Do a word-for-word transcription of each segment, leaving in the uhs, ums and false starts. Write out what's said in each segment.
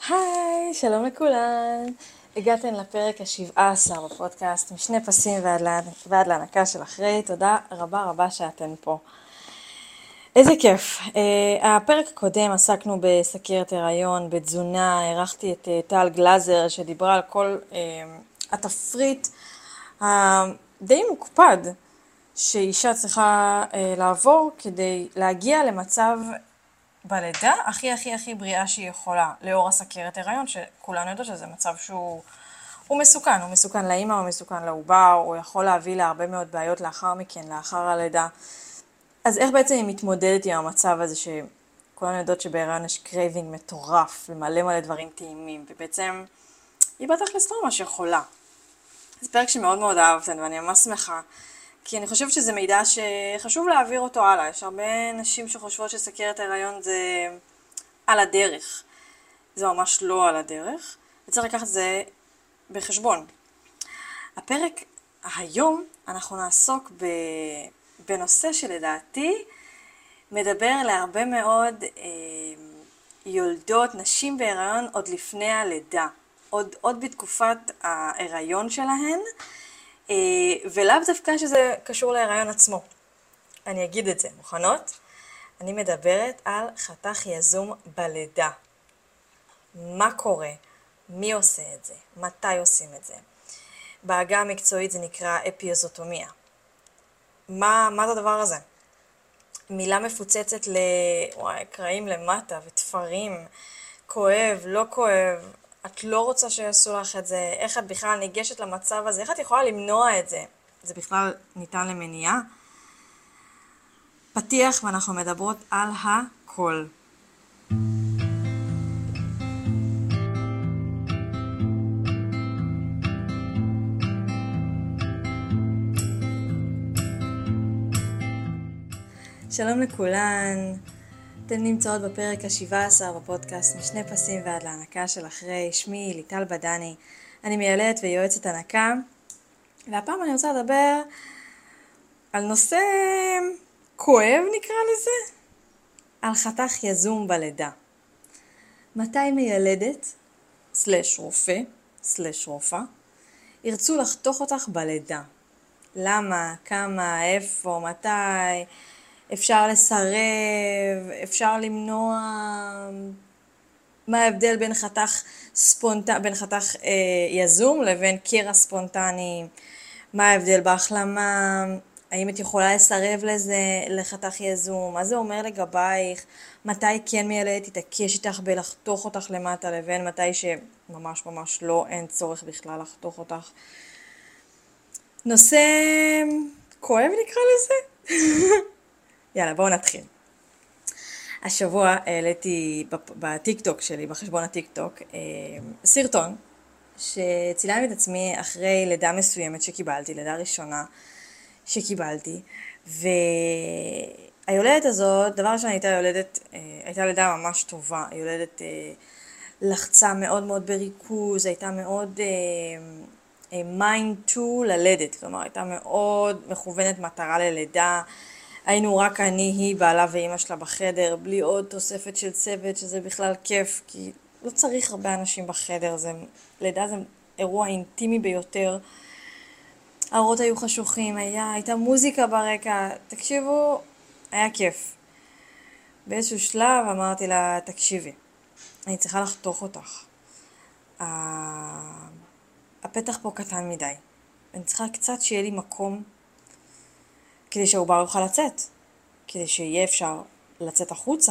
היי, שלום לכולן. הגעתן לפרק השבעה עשר בפודקאסט משני פסים ועד, לה... ועד להנקה של אחרי. תודה רבה רבה שאתן פה. איזה כיף. Uh, הפרק הקודם עסקנו בסכרת הריון, בתזונה, ערכתי את uh, טל גלזר שדיברה על כל uh, התפריט הדי מוקפד שאישה צריכה uh, לעבור כדי להגיע למצב בלידה הכי הכי הכי בריאה שהיא יכולה, לאור הסכרת הריון, שכולנו יודעות שזה מצב שהוא הוא מסוכן, הוא מסוכן לאמא, הוא מסוכן לעובר, הוא יכול להביא להרבה מאוד בעיות לאחר מכן, לאחר הלידה. אז איך בעצם היא מתמודדת עם המצב הזה שכולנו יודעות שבהיריון יש קרייבינג מטורף ומלא מלא דברים טעימים, ובעצם היא בתכלס לא ממש יכולה. זה פרק שמאוד מאוד אהבתן ואני ממש שמחה, כי אני חושבת שזה מידע שחשוב להעביר אותו הלאה. יש הרבה נשים שחושבות שסכרת הריון זה על הדרך. זה ממש לא על הדרך, וצריך לקחת את זה בחשבון. הפרק היום אנחנו נעסוק ב... בנושא שלדעתי מדבר להרבה מאוד אה, יולדות, נשים בהיריון עוד לפני הלידה, עוד, עוד בתקופת ההיריון שלהן, אה, ולאו דווקא שזה קשור להיריון עצמו. אני אגיד את זה, מוכנות? אני מדברת על חתך יזום בלידה. מה קורה? מי עושה את זה? מתי עושים את זה? בעגה המקצועית זה נקרא אפיזוטומיה. מה, מה זה הדבר הזה? מילה מפוצצת לקרעים למטה ותפרים, כואב, לא כואב, את לא רוצה שיעשו לך את זה, איך את בכלל ניגשת למצב הזה, איך את יכולה למנוע את זה? זה בכלל ניתן למניעה? פתיח ואנחנו מדברות על הכל. שלום לכולן, אתן נמצאות בפרק ה-שבעה עשר בפודקאסט משני פסים ועד להנקה של אחרי. שמי ליטל בדני, אני מיילדת ויועצת הנקה, והפעם אני רוצה לדבר על נושא כואב נקרא לזה, על חתך יזום בלידה. מתי מיילדת, סלש רופא, סלש רופא, ירצו לחתוך אותך בלידה? למה, כמה, איפה, מתי? אפשר לסרב, אפשר למנוע, מה ההבדל בין חתך ספונט... בין חתך אה, יזום לבין קרע ספונטני, מה ההבדל בהחלמה, האם את יכולה לסרב לזה, לחתך יזום, מה זה אומר לגבייך, מתי כן מיילדת תתעקש איתך בלחתוך אותך למטה, לבין מתי שממש ממש לא, אין צורך בכלל לחתוך אותך. נושא כואב נקרא לזה? יאללה, בואו נתחיל. השבוע העליתי בטיקטוק שלי, בחשבון הטיקטוק, סרטון שצילמתי את עצמי אחרי לידה מסוימת שקיבלתי, לידה ראשונה שקיבלתי, והיולדת הזאת, דבר ראשון הייתה יולדת, הייתה לידה ממש טובה, היולדת לחצה מאוד מאוד בריכוז, הייתה מאוד mind to ללדת, כלומר הייתה מאוד מכוונת מטרה ללידה, היינו רק אני, היא, בעלה ואימא שלה בחדר, בלי עוד תוספת של צוות, שזה בכלל כיף, כי לא צריך הרבה אנשים בחדר, זה, לידה זה אירוע אינטימי ביותר. האורות היו חשוכים, היה, הייתה מוזיקה ברקע, תקשיבו, היה כיף. באיזשהו שלב אמרתי לה, תקשיבי, אני צריכה לחתוך אותך. הפתח פה קטן מדי, אני צריכה קצת שיהיה לי מקום, כדי שהעובר יוכל לצאת, כדי שיהיה אפשר לצאת החוצה.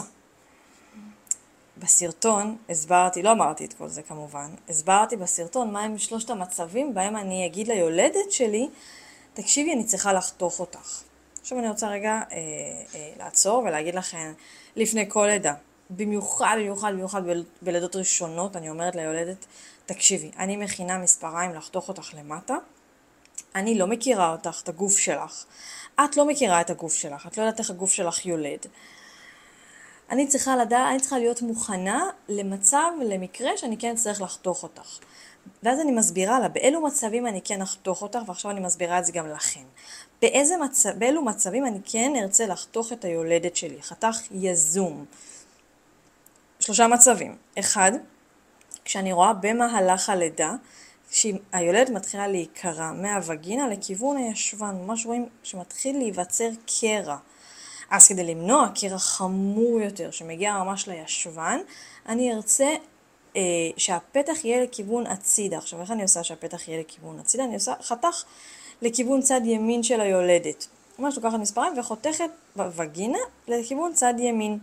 בסרטון הסברתי, לא אמרתי את כל זה כמובן, הסברתי בסרטון מהם שלושת המצבים בהם אני אגיד ליולדת שלי, תקשיבי, אני צריכה לחתוך אותך. עכשיו אני רוצה רגע אה, אה, לעצור ולהגיד לכם, לפני כל לידה, במיוחד, במיוחד, במיוחד בלידות ראשונות, אני אומרת ליולדת, תקשיבי, אני מכינה מספריים לחתוך אותך למטה, אני לא מכירה אותך, את הגוף שלך. את לא מכירה את הגוף שלך, את לא יודעת איך הגוף שלך יולד. אני צריכה לדעת, אני צריכה להיות מוכנה למצב, למקרה שאני כן צריך לחתוך אותך. ואז אני מסבירה לה, באילו מצבים אני כן אחתוך אותך, ועכשיו אני מסבירה את זה גם לכם. באיזה מצב, באילו מצבים אני כן ארצה לחתוך את היולדת שלי, חתך יזום. שלושה מצבים. אחד, כשאני רואה במהלך הלידה, שהיולדת מתחילה להיקרע מהווגינה לכיוון הישבן, ממש רואים שמתחיל להיווצר קרע. אז כדי למנוע קרע חמור יותר שמגיע ממש לישבן, אני ארצה אה, שהפתח יהיה לכיוון הצידה. עכשיו איך אני עושה שהפתח יהיה לכיוון הצידה? אני עושה חתך לכיוון צד ימין של היולדת. ממש לוקחת מספריים וחותכת בווגינה לכיוון צד ימין.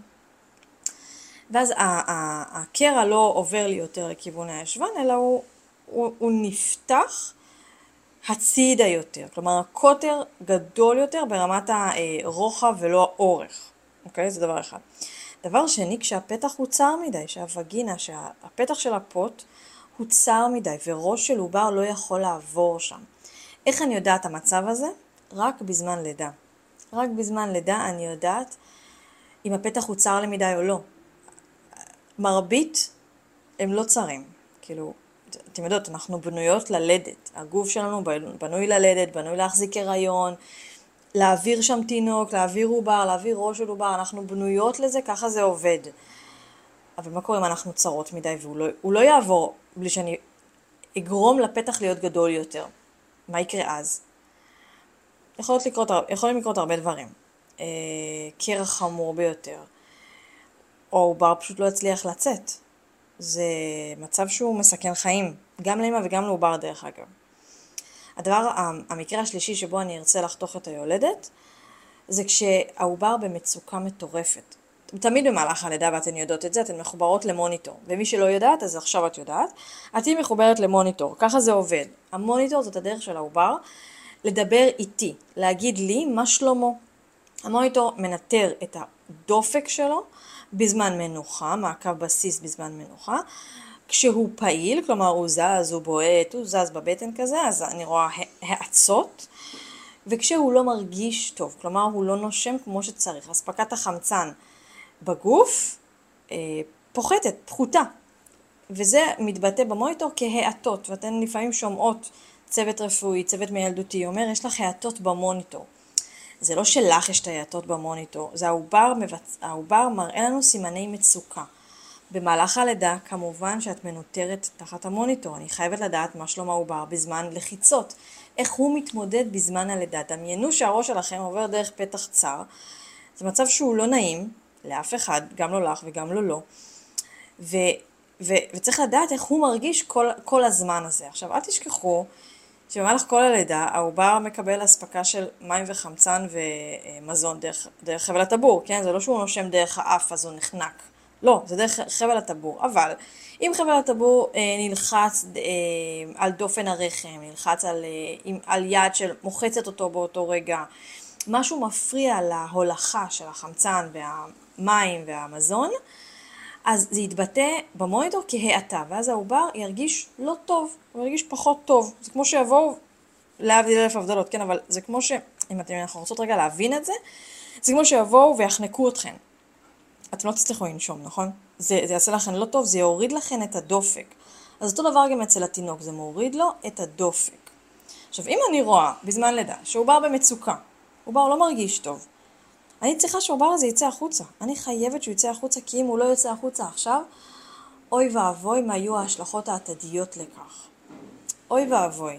ואז הקרע לא עובר לי יותר לכיוון הישבן, אלא הוא, הוא, הוא נפתח הצידה יותר. כלומר, הקוטר גדול יותר ברמת הרוחב ולא האורך. אוקיי? זה דבר אחד. דבר שני, כשהפתח הוא צר מדי, שהווגינה, שהפתח של הפוט הוא צר מדי, וראש של עובר לא יכול לעבור שם. איך אני יודעת המצב הזה? רק בזמן לידה. רק בזמן לידה אני יודעת אם הפתח הוא צר למדי או לא. מרבית הם לא צרים. כאילו, אתם יודעות, אנחנו בנויות ללדת. הגוף שלנו בנוי ללדת, בנוי להחזיק הריון, להעביר שם תינוק, להעביר עובר, להעביר ראש של עובר. אנחנו בנויות לזה, ככה זה עובד. אבל מה קורה אם אנחנו צרות מדי והוא לא, הוא לא יעבור בלי שאני אגרום לפתח להיות גדול יותר? מה יקרה אז? יכולות לקרות, יכולים לקרות הרבה דברים. אה, קרע חמור ביותר. או עובר פשוט לא יצליח לצאת. זה מצב שהוא מסכן חיים. גם לאמא וגם לעובר דרך אגב. הדבר, המקרה השלישי שבו אני ארצה לחתוך את היולדת, זה כשהעובר במצוקה מטורפת. תמיד במהלך הלידה, ואתן יודעות את זה, אתן מחוברות למוניטור. ומי שלא יודעת, אז עכשיו את יודעת, את היא מחוברת למוניטור. ככה זה עובד. המוניטור זאת הדרך של העובר, לדבר איתי, להגיד לי מה שלמה. המוניטור מנטר את הדופק שלו בזמן מנוחה, מעקב בסיס בזמן מנוחה, כשהוא פעיל, כלומר הוא זז, הוא בועט, הוא זז בבטן כזה, אז אני רואה העצות, וכשהוא לא מרגיש טוב, כלומר הוא לא נושם כמו שצריך, אספקת החמצן בגוף אה, פוחתת, פחותה, וזה מתבטא במוניטור כהעתות, ואתן לפעמים שומעות צוות רפואי, צוות מילדותי, אומר יש לך העתות במוניטור. זה לא שלך יש את העתות במוניטור, זה העובר, מבצ... העובר מראה לנו סימני מצוקה. במהלך הלידה, כמובן שאת מנוטרת תחת המוניטור. אני חייבת לדעת מה שלום העובר בזמן לחיצות. איך הוא מתמודד בזמן הלידה. דמיינו שהראש שלכם עובר דרך פתח צר. זה מצב שהוא לא נעים לאף אחד, גם לא לך וגם לא לא. ו... ו... וצריך לדעת איך הוא מרגיש כל, כל הזמן הזה. עכשיו, אל תשכחו שבמהלך כל הלידה, העובר מקבל הספקה של מים וחמצן ומזון דרך, דרך חבל הטבור. כן? זה לא שהוא נושם דרך האף, אז הוא נחנק. לא, זה דרך חבל הטבור, אבל אם חבל הטבור אה, נלחץ אה, על דופן הרחם, נלחץ על, אה, על יד שמוחצת אותו באותו רגע, משהו מפריע להולכה של החמצן והמים והמזון, אז זה יתבטא במוניטור כהעתה, ואז העובר ירגיש לא טוב, הוא ירגיש פחות טוב. זה כמו שיבואו, להבדיל אלף הבדלות, כן, אבל זה כמו ש... אם אתם אנחנו רוצות רגע להבין את זה, זה כמו שיבואו ויחנקו אתכם. אתם לא תצליחו לנשום, נכון? זה, זה יעשה לכם לא טוב, זה יוריד לכם את הדופק. אז אותו דבר גם אצל התינוק, זה מוריד לו את הדופק. עכשיו, אם אני רואה בזמן לידה שעובר במצוקה, עובר לא מרגיש טוב, אני צריכה שהעובר הזה יצא החוצה. אני חייבת שהוא יצא החוצה, כי אם הוא לא יצא החוצה עכשיו, אוי ואבוי מה היו ההשלכות העתידיות לכך. אוי ואבוי.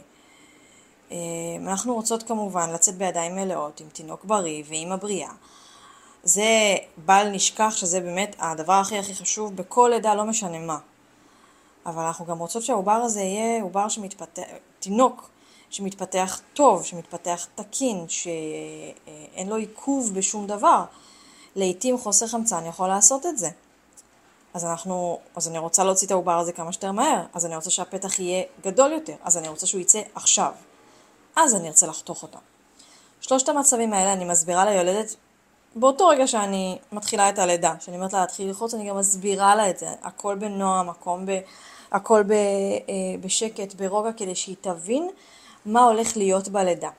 אנחנו רוצות כמובן לצאת בידיים מלאות עם תינוק בריא ואמא בריאה. זה בל נשכח שזה באמת הדבר הכי הכי חשוב בכל לידה, לא משנה מה. אבל אנחנו גם רוצות שהעובר הזה יהיה עובר שמתפתח, תינוק שמתפתח טוב, שמתפתח תקין, שאין לו עיכוב בשום דבר. לעתים חוסר חמצן יכול לעשות את זה. אז אנחנו, אז אני רוצה להוציא את העובר הזה כמה שיותר מהר, אז אני רוצה שהפתח יהיה גדול יותר, אז אני רוצה שהוא יצא עכשיו. אז אני ארצה לחתוך אותו. שלושת המצבים האלה אני מסבירה ליולדת, באותו רגע שאני מתחילה את הלידה, שאני אומרת לה להתחיל ללחוץ, אני גם מסבירה לה את זה, הכל בנועם, הכל, ב, הכל ב, בשקט, ברוגע, כדי שהיא תבין מה הולך להיות בלידה.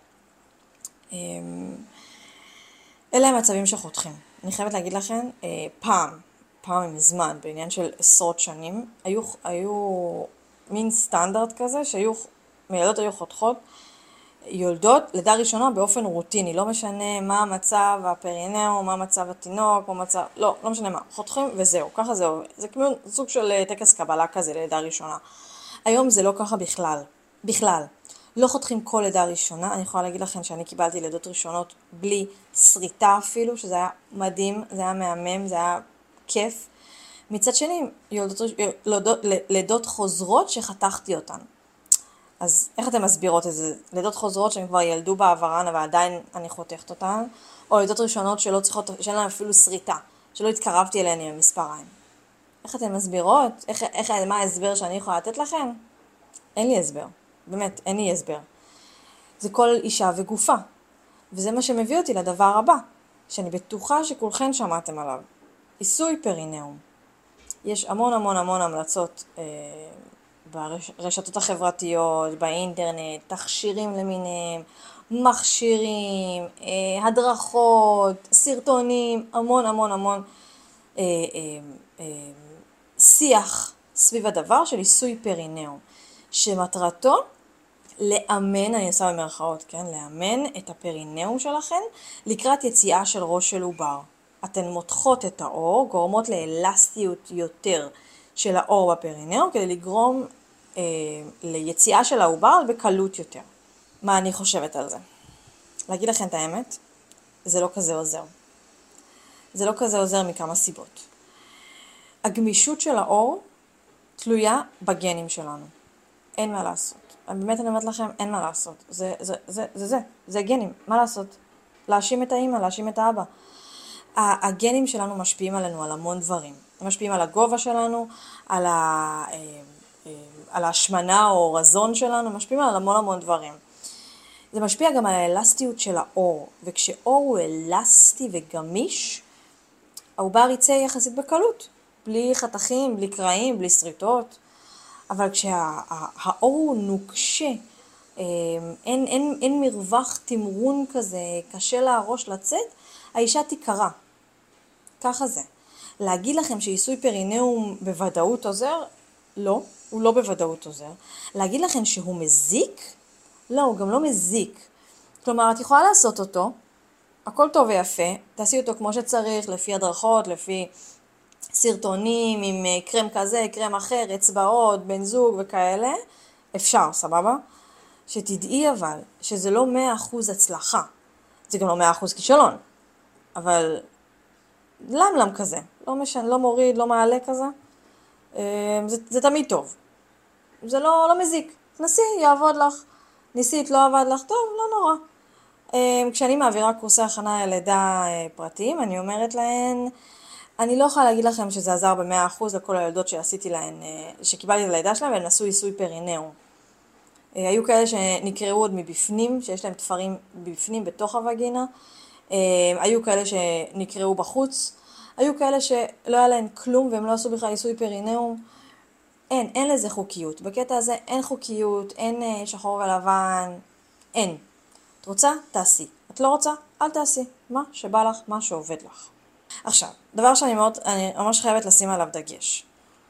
אלה המצבים שחותכים. אני חייבת להגיד לכם, פעם, פעם מזמן, בעניין של עשרות שנים, היו, היו מין סטנדרט כזה, שהיו, מילדות היו חותכות יולדות לידה ראשונה באופן רוטיני, לא משנה מה המצב הפרינאום, מה מצב התינוק, מה מצב, לא, לא משנה מה, חותכים וזהו, ככה זהו, זה כמו סוג של טקס קבלה כזה ללידה ראשונה. היום זה לא ככה בכלל, בכלל. לא חותכים כל לידה ראשונה, אני יכולה להגיד לכם שאני קיבלתי לידות ראשונות בלי שריטה אפילו, שזה היה מדהים, זה היה מהמם, זה היה כיף. מצד שני, יולדות, לידות, לידות חוזרות שחתכתי אותן. אז איך אתן מסבירות את זה? לידות חוזרות שהן כבר ילדו בעברן, אבל עדיין אני חותכת אותן, או לידות ראשונות שלא צריכות, שאין להן אפילו שריטה, שלא התקרבתי אליהן עם המספריים. איך אתן מסבירות? איך, איך, מה ההסבר שאני יכולה לתת לכם? אין לי הסבר. באמת, אין לי הסבר. זה כל אישה וגופה. וזה מה שמביא אותי לדבר הבא, שאני בטוחה שכולכן שמעתם עליו. עיסוי פרינאום. יש המון המון המון המלצות אה, ברשתות החברתיות, באינטרנט, תכשירים למיניהם, מכשירים, אה, הדרכות, סרטונים, המון המון המון אה, אה, אה, שיח סביב הדבר של עיסוי פרינאום, שמטרתו לאמן, אני עושה במרכאות, כן? לאמן את הפרינאום שלכם לקראת יציאה של ראש של עובר. אתן מותחות את האור, גורמות לאלסטיות יותר של האור בפרינאום, כדי לגרום אה, ליציאה של העובר בקלות יותר. מה אני חושבת על זה? להגיד לכם את האמת, זה לא כזה עוזר. זה לא כזה עוזר מכמה סיבות. הגמישות של האור תלויה בגנים שלנו. אין מה לעשות. באמת אני אומרת לכם, אין מה לעשות. זה זה, זה, זה, זה, זה גנים, מה לעשות? להאשים את האמא, להאשים את האבא. הגנים שלנו משפיעים עלינו על המון דברים. הם משפיעים על הגובה שלנו, על, ה, על ההשמנה או רזון שלנו, משפיעים על המון המון דברים. זה משפיע גם על האלסטיות של האור, וכשאור הוא אלסטי וגמיש, העובר יצא יחסית בקלות, בלי חתכים, בלי קרעים, בלי שריטות. אבל כשהאור הוא נוקשה, אין, אין, אין מרווח תמרון כזה, קשה להראש לצאת, האישה תיקרה. ככה זה. להגיד לכם שעיסוי פרינאום בוודאות עוזר? לא, הוא לא בוודאות עוזר. להגיד לכם שהוא מזיק? לא, הוא גם לא מזיק. כלומר, את יכולה לעשות אותו, הכל טוב ויפה, תעשי אותו כמו שצריך, לפי הדרכות, לפי סרטונים עם קרם כזה, קרם אחר, אצבעות, בן זוג וכאלה, אפשר, סבבה? שתדעי אבל שזה לא מאה אחוז הצלחה, זה גם לא מאה אחוז כישלון, אבל למלם כזה, לא משנה, לא מוריד, לא מעלה כזה, זה, זה תמיד טוב, זה לא, לא מזיק, נסי, יעבוד לך, ניסית, לא עבד לך, טוב, לא נורא. כשאני מעבירה קורסי הכנה ללידה פרטיים, אני אומרת להן, אני לא יכולה להגיד לכם שזה עזר ב-מאה אחוז לכל הילדות שעשיתי להן, שקיבלתי את הלידה שלהם, והן עשו עיסוי פרינאום. היו כאלה שנקראו עוד מבפנים, שיש להם תפרים בפנים בתוך הווגינה, היו כאלה שנקראו בחוץ, היו כאלה שלא היה להן כלום והם לא עשו בכלל עיסוי פרינאום. אין, אין לזה חוקיות. בקטע הזה אין חוקיות, אין שחור ולבן, אין. את רוצה? תעשי. את לא רוצה? אל תעשי. מה שבא לך, מה שעובד לך. עכשיו, דבר שאני מאוד, אני ממש חייבת לשים עליו דגש.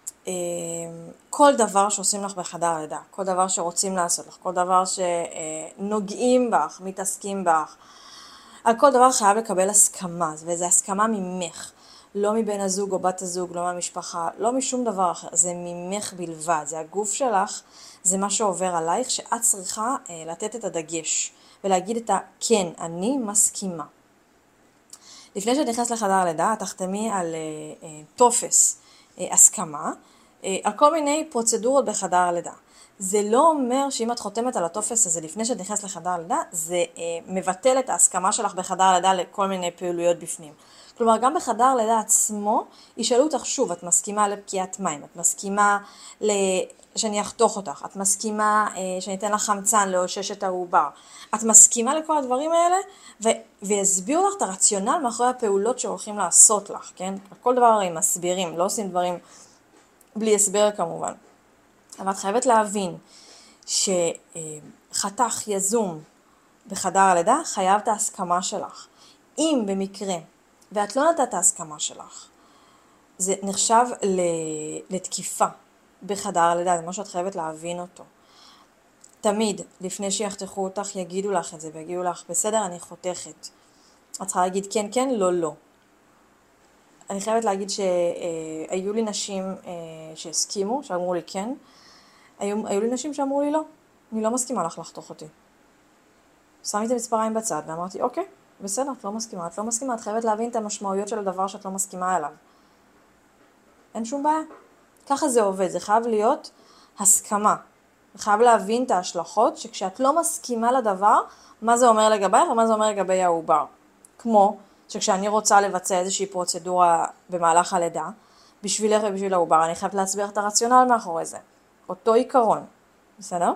כל דבר שעושים לך בחדר הלידה, כל דבר שרוצים לעשות לך, כל דבר שנוגעים בך, מתעסקים בך, על כל דבר חייב לקבל הסכמה, וזו הסכמה ממך, לא מבן הזוג או בת הזוג, לא מהמשפחה, לא משום דבר אחר, זה ממך בלבד, זה הגוף שלך, זה מה שעובר עלייך, שאת צריכה לתת את הדגש, ולהגיד את הכן, אני מסכימה. לפני שאת נכנסת לחדר הלידה, תחתמי על טופס הסכמה, על כל מיני פרוצדורות בחדר הלידה. זה לא אומר שאם את חותמת על הטופס הזה לפני שאת נכנסת לחדר הלידה, זה מבטל את ההסכמה שלך בחדר הלידה לכל מיני פעילויות בפנים. כלומר, גם בחדר הלידה עצמו, ישאלו אותך שוב, את מסכימה לפקיעת מים, את מסכימה שאני אחתוך אותך, את מסכימה שאני אתן לך חמצן לאושש את העובר, את מסכימה לכל הדברים האלה, ו- ויסבירו לך את הרציונל מאחורי הפעולות שהולכים לעשות לך, כן? כל דבר הרי מסבירים, לא עושים דברים בלי הסבר כמובן. אבל את חייבת להבין שחתך יזום בחדר הלידה חייב את ההסכמה שלך. אם במקרה, ואת לא נתת את ההסכמה שלך, זה נחשב לתקיפה בחדר הלידה, זה מה שאת חייבת להבין אותו. תמיד, לפני שיחתכו אותך, יגידו לך את זה, ויגידו לך, בסדר, אני חותכת. את צריכה להגיד כן, כן, לא, לא. אני חייבת להגיד שהיו לי נשים שהסכימו, שאמרו לי כן. היו, היו לי נשים שאמרו לי לא, אני לא מסכימה לך לחתוך אותי. שמתי את המספריים בצד ואמרתי, אוקיי, בסדר, את לא מסכימה, את לא מסכימה, את חייבת להבין את המשמעויות של הדבר שאת לא מסכימה אליו. אין שום בעיה. ככה זה עובד, זה חייב להיות הסכמה. חייב להבין את ההשלכות שכשאת לא מסכימה לדבר, מה זה אומר לגבייך ומה זה אומר לגבי העובר. כמו שכשאני רוצה לבצע איזושהי פרוצדורה במהלך הלידה, בשבילך ובשביל העובר, אני חייבת להסביר את הרציונל מאחורי זה. אותו עיקרון, בסדר?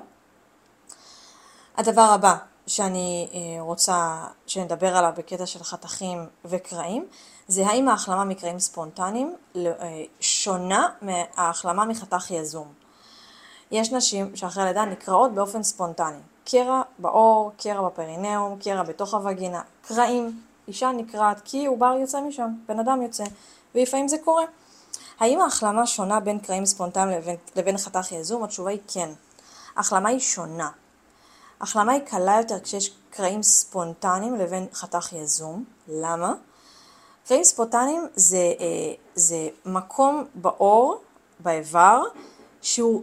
הדבר הבא שאני רוצה שנדבר עליו בקטע של חתכים וקרעים, זה האם ההחלמה מקרעים ספונטניים שונה מההחלמה מחתך יזום. יש נשים שאחרי הלידה נקרעות באופן ספונטני. קרע בעור, קרע בפרינאום, קרע בתוך הווגינה, קרעים. אישה נקרעת כי עובר יוצא משם, בן אדם יוצא, ולפעמים זה קורה. האם ההחלמה שונה בין קרעים ספונטניים לבין, לבין חתך יזום? התשובה היא כן. ההחלמה היא שונה. ההחלמה היא קלה יותר כשיש קרעים ספונטניים לבין חתך יזום. למה? קרעים ספונטניים זה, זה מקום בעור, באיבר, שהוא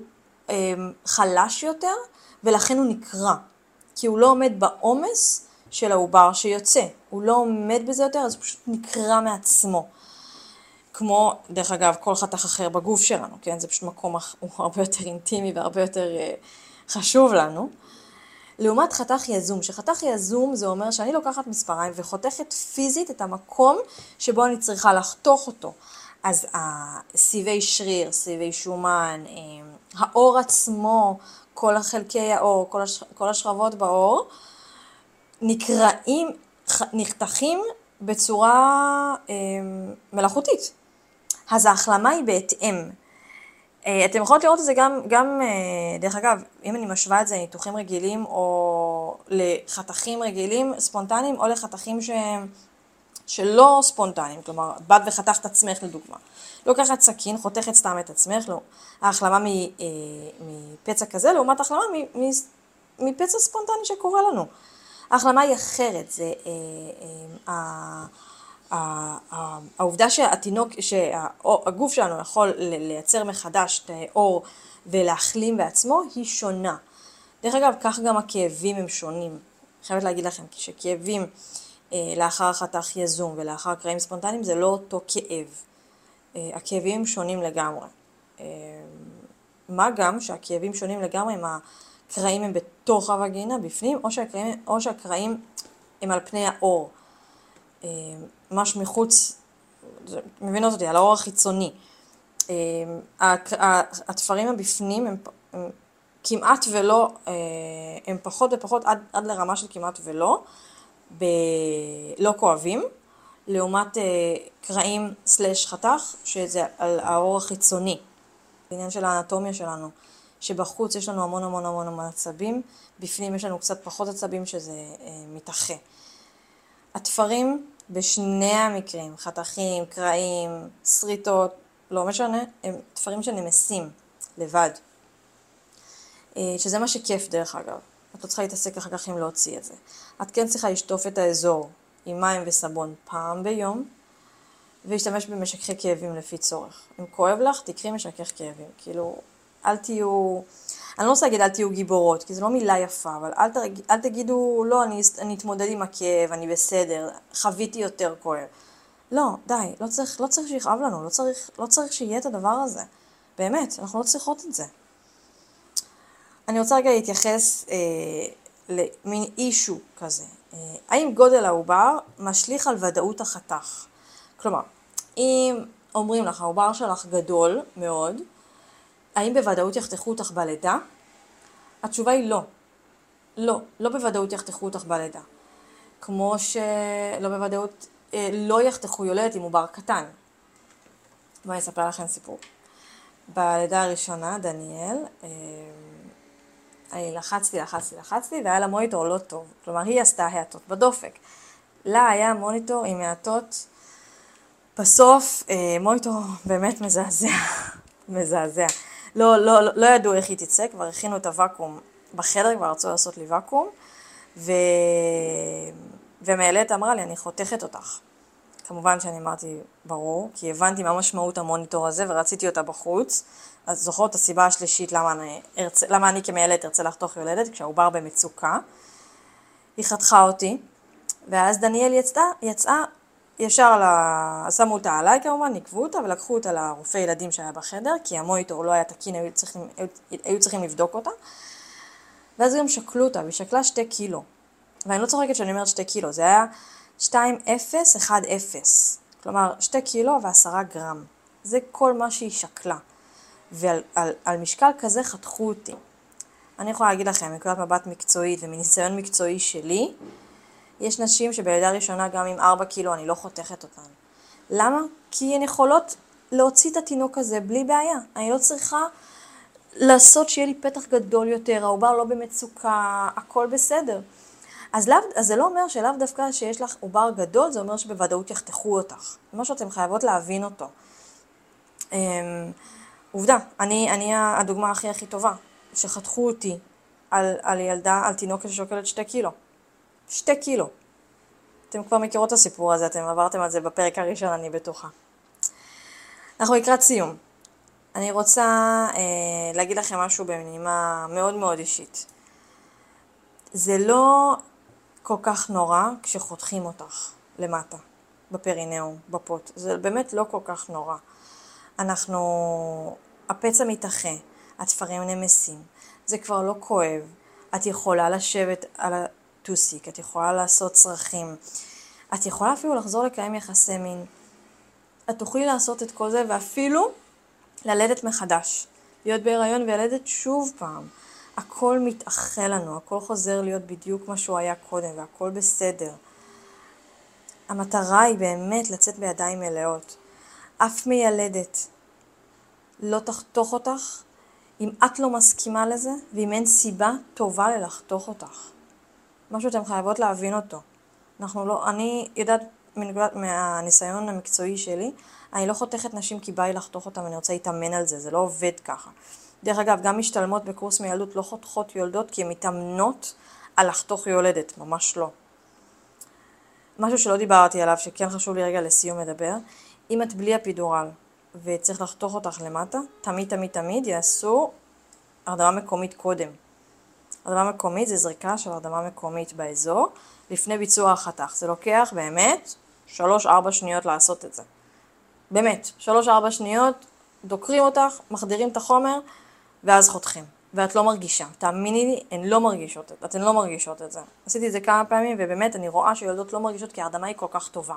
חלש יותר, ולכן הוא נקרע. כי הוא לא עומד בעומס של העובר שיוצא. הוא לא עומד בזה יותר, אז הוא פשוט נקרע מעצמו. כמו, דרך אגב, כל חתך אחר בגוף שלנו, כן? זה פשוט מקום, הוא הרבה יותר אינטימי והרבה יותר חשוב לנו. לעומת חתך יזום, שחתך יזום זה אומר שאני לוקחת מספריים וחותכת פיזית את המקום שבו אני צריכה לחתוך אותו. אז הסיבי שריר, סיבי שומן, האור עצמו, כל החלקי האור, כל, הש... כל השכבות באור, נקראים, נחתכים בצורה אה, מלאכותית. אז ההחלמה היא בהתאם. אה, אתם יכולות לראות את זה גם, גם אה, דרך אגב, אם אני משווה את זה לניתוחים רגילים, או לחתכים רגילים, ספונטניים, או לחתכים ש... שלא ספונטניים, כלומר, באת וחתכת עצמך לדוגמה. לוקחת סכין, חותכת סתם את עצמך, לא. ההחלמה מ, אה, מפצע כזה, לעומת ההחלמה מ, מ, מפצע ספונטני שקורה לנו. ההחלמה היא אחרת, זה אה, אה, אה, אה, העובדה שהתינוק, שהגוף שלנו יכול לייצר מחדש את האור ולהחלים בעצמו, היא שונה. דרך אגב, כך גם הכאבים הם שונים. אני חייבת להגיד לכם, שכאבים לאחר חתך יזום ולאחר קרעים ספונטניים זה לא אותו כאב. הכאבים הם שונים לגמרי. מה גם שהכאבים שונים לגמרי אם הקרעים הם בתוך הווגינה, בפנים, או שהקרעים, או שהקרעים הם על פני האור. ממש מחוץ, מבינות אותי, על האור החיצוני. התפרים הבפנים הם, הם כמעט ולא, הם פחות ופחות עד, עד לרמה של כמעט ולא, בלא כואבים, לעומת קרעים סלש חתך, שזה על האור החיצוני. בעניין של האנטומיה שלנו, שבחוץ יש לנו המון המון המון המון עצבים, בפנים יש לנו קצת פחות עצבים שזה מתאחה. התפרים בשני המקרים, חתכים, קרעים, שריטות, לא משנה, הם תפרים שנמסים לבד. שזה מה שכיף דרך אגב. את לא צריכה להתעסק אחר כך אם להוציא את זה. את כן צריכה לשטוף את האזור עם מים וסבון פעם ביום, ולהשתמש במשככי כאבים לפי צורך. אם כואב לך, תקרי משכך כאבים. כאילו, אל תהיו, אני לא רוצה להגיד אל תהיו גיבורות, כי זו לא מילה יפה, אבל אל, תרג, אל תגידו, לא, אני, אני אתמודד עם הכאב, אני בסדר, חוויתי יותר כואב. לא, די, לא צריך, לא צריך שיכאב לנו, לא צריך, לא צריך שיהיה את הדבר הזה. באמת, אנחנו לא צריכות את זה. אני רוצה רגע להתייחס אה, למין אישו כזה. אה, האם גודל העובר משליך על ודאות החתך? כלומר, אם אומרים לך, העובר שלך גדול מאוד, האם בוודאות יחתכו אותך בלידה? התשובה היא לא. לא, לא בוודאות יחתכו אותך בלידה. כמו שלא בוודאות אה, לא יחתכו יולדת עם עובר קטן. בואי אספר לכם סיפור. בלידה הראשונה, דניאל, אה, אני לחצתי, לחצתי, לחצתי, והיה לה מוניטור לא טוב. כלומר, היא עשתה העתות בדופק. לה היה מוניטור עם העתות, בסוף, אה, מוניטור באמת מזעזע, מזעזע. לא, לא, לא, לא ידעו איך היא תצא, כבר הכינו את הוואקום בחדר כבר רצו לעשות לי וקום, ו... ומיילת אמרה לי, אני חותכת אותך. כמובן שאני אמרתי, ברור, כי הבנתי מה משמעות המוניטור הזה, ורציתי אותה בחוץ. אז זוכרות הסיבה השלישית למה אני, ארצה, למה אני כמיילת ארצה לחתוך יולדת, כשהעובר במצוקה. היא חתכה אותי, ואז דניאל יצאה, יצאה ישר לה... שמו אותה עליי כמובן, נקבו אותה, ולקחו אותה לרופא ילדים שהיה בחדר, כי המוניטור לא היה תקין, היו צריכים, היו, היו צריכים לבדוק אותה. ואז גם שקלו אותה, והיא שקלה שתי קילו. ואני לא צוחקת שאני אומרת שתי קילו, זה היה שתיים אפס אחת אפס. כלומר, שתי קילו ועשרה גרם. זה כל מה שהיא שקלה. ועל על, על משקל כזה חתכו אותי. אני יכולה להגיד לכם, מנקודת מבט מקצועית ומניסיון מקצועי שלי, יש נשים שבלידה ראשונה גם עם ארבע קילו אני לא חותכת אותן. למה? כי הן יכולות להוציא את התינוק הזה בלי בעיה. אני לא צריכה לעשות שיהיה לי פתח גדול יותר, העובר לא במצוקה, הכל בסדר. אז, לא, אז זה לא אומר שלאו דווקא שיש לך עובר גדול, זה אומר שבוודאות יחתכו אותך. מה שאתם חייבות להבין אותו. עובדה, אני, אני הדוגמה הכי הכי טובה, שחתכו אותי על, על ילדה, על תינוקת ששוקלת שתי קילו. שתי קילו. אתם כבר מכירות את הסיפור הזה, אתם עברתם על זה בפרק הראשון, אני בטוחה. אנחנו לקראת סיום. אני רוצה אה, להגיד לכם משהו בנימה מאוד מאוד אישית. זה לא כל כך נורא כשחותכים אותך למטה, בפרינאום, בפוט. זה באמת לא כל כך נורא. אנחנו, הפצע מתאחה, התפרים נמסים, זה כבר לא כואב. את יכולה לשבת על הטוסיק, את יכולה לעשות צרכים, את יכולה אפילו לחזור לקיים יחסי מין. את תוכלי לעשות את כל זה ואפילו ללדת מחדש. להיות בהיריון ולדת שוב פעם. הכל מתאחה לנו, הכל חוזר להיות בדיוק מה שהוא היה קודם והכל בסדר. המטרה היא באמת לצאת בידיים מלאות. אף מיילדת לא תחתוך אותך אם את לא מסכימה לזה ואם אין סיבה טובה ללחתוך אותך. משהו אתם חייבות להבין אותו. אנחנו לא, אני יודעת מהניסיון המקצועי שלי, אני לא חותכת נשים כי בא לי לחתוך אותם, אני רוצה להתאמן על זה, זה לא עובד ככה. דרך אגב, גם משתלמות בקורס מילדות לא חותכות יולדות כי הן מתאמנות על לחתוך יולדת, ממש לא. משהו שלא דיברתי עליו, שכן חשוב לי רגע לסיום לדבר, אם את בלי אפידורל וצריך לחתוך אותך למטה, תמיד תמיד תמיד יעשו הרדמה מקומית קודם. הרדמה מקומית זה זריקה של הרדמה מקומית באזור, לפני ביצוע החתך. זה לוקח באמת שלוש ארבע שניות לעשות את זה. באמת, שלוש ארבע שניות, דוקרים אותך, מחדירים את החומר, ואז חותכים. ואת לא מרגישה. תאמיני לי, הן לא מרגישות, אתן לא מרגישות את זה. עשיתי את זה כמה פעמים, ובאמת אני רואה שילדות לא מרגישות, כי ההרדמה היא כל כך טובה.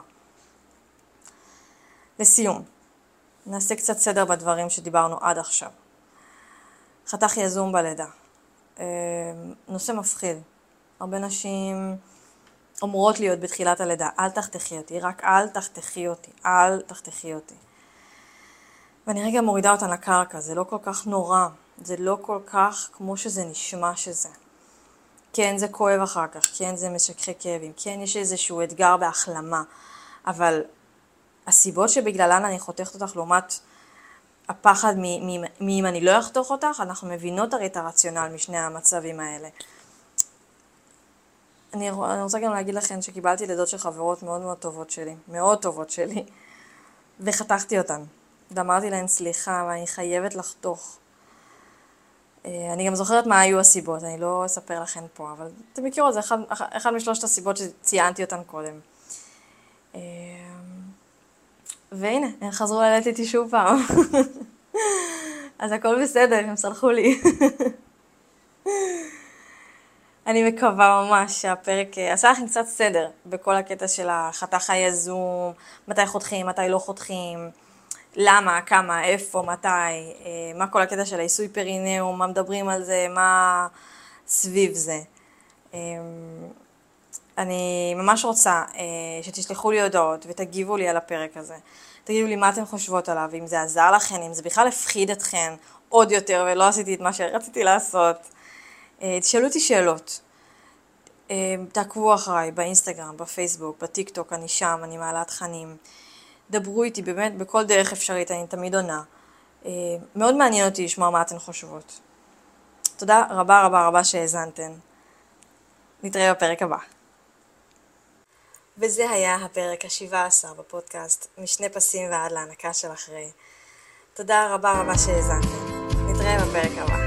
לסיום, נעשה קצת סדר בדברים שדיברנו עד עכשיו. חתך יזום בלידה. נושא מפחיד. הרבה נשים אומרות להיות בתחילת הלידה, אל תחתכי אותי, רק אל תחתכי אותי, אל תחתכי אותי. ואני רגע מורידה אותן לקרקע, זה לא כל כך נורא, זה לא כל כך כמו שזה נשמע שזה. כן, זה כואב אחר כך, כן, זה משככי כאבים, כן, יש איזשהו אתגר בהחלמה, אבל הסיבות שבגללן אני חותכת אותך לעומת הפחד מאם אני לא אחתוך אותך, אנחנו מבינות הרי את הרציונל משני המצבים האלה. אני, אני רוצה גם להגיד לכם שקיבלתי לידות של חברות מאוד מאוד טובות שלי, מאוד טובות שלי, וחתכתי אותן. ואמרתי להן סליחה, ואני חייבת לחתוך. אני גם זוכרת מה היו הסיבות, אני לא אספר לכם פה, אבל אתם מכירו, זה אחד, אחד משלושת הסיבות שציינתי אותן קודם. והנה, הם חזרו ללדת איתי שוב פעם. אז הכל בסדר, הם סלחו לי. אני מקווה ממש שהפרק עשה לכם קצת סדר בכל הקטע של החתך היזום, מתי חותכים, מתי לא חותכים, למה, כמה, איפה, מתי, מה כל הקטע של העיסוי פרינאום, מה מדברים על זה, מה סביב זה. אני ממש רוצה שתשלחו לי הודעות ותגיבו לי על הפרק הזה. תגידו לי מה אתן חושבות עליו, אם זה עזר לכן, אם זה בכלל הפחיד אתכן עוד יותר ולא עשיתי את מה שרציתי לעשות. תשאלו אותי שאלות. תעקבו אחריי באינסטגרם, בפייסבוק, בטיק טוק, אני שם, אני מעלה תכנים. דברו איתי באמת בכל דרך אפשרית, אני תמיד עונה. מאוד מעניין אותי לשמוע מה אתן חושבות. תודה רבה רבה רבה שהאזנתן. נתראה בפרק הבא. וזה היה הפרק ה-שבע עשרה בפודקאסט, משני פסים ועד להנקה של אחרי. תודה רבה רבה שהאזנתם. נתראה בפרק הבא.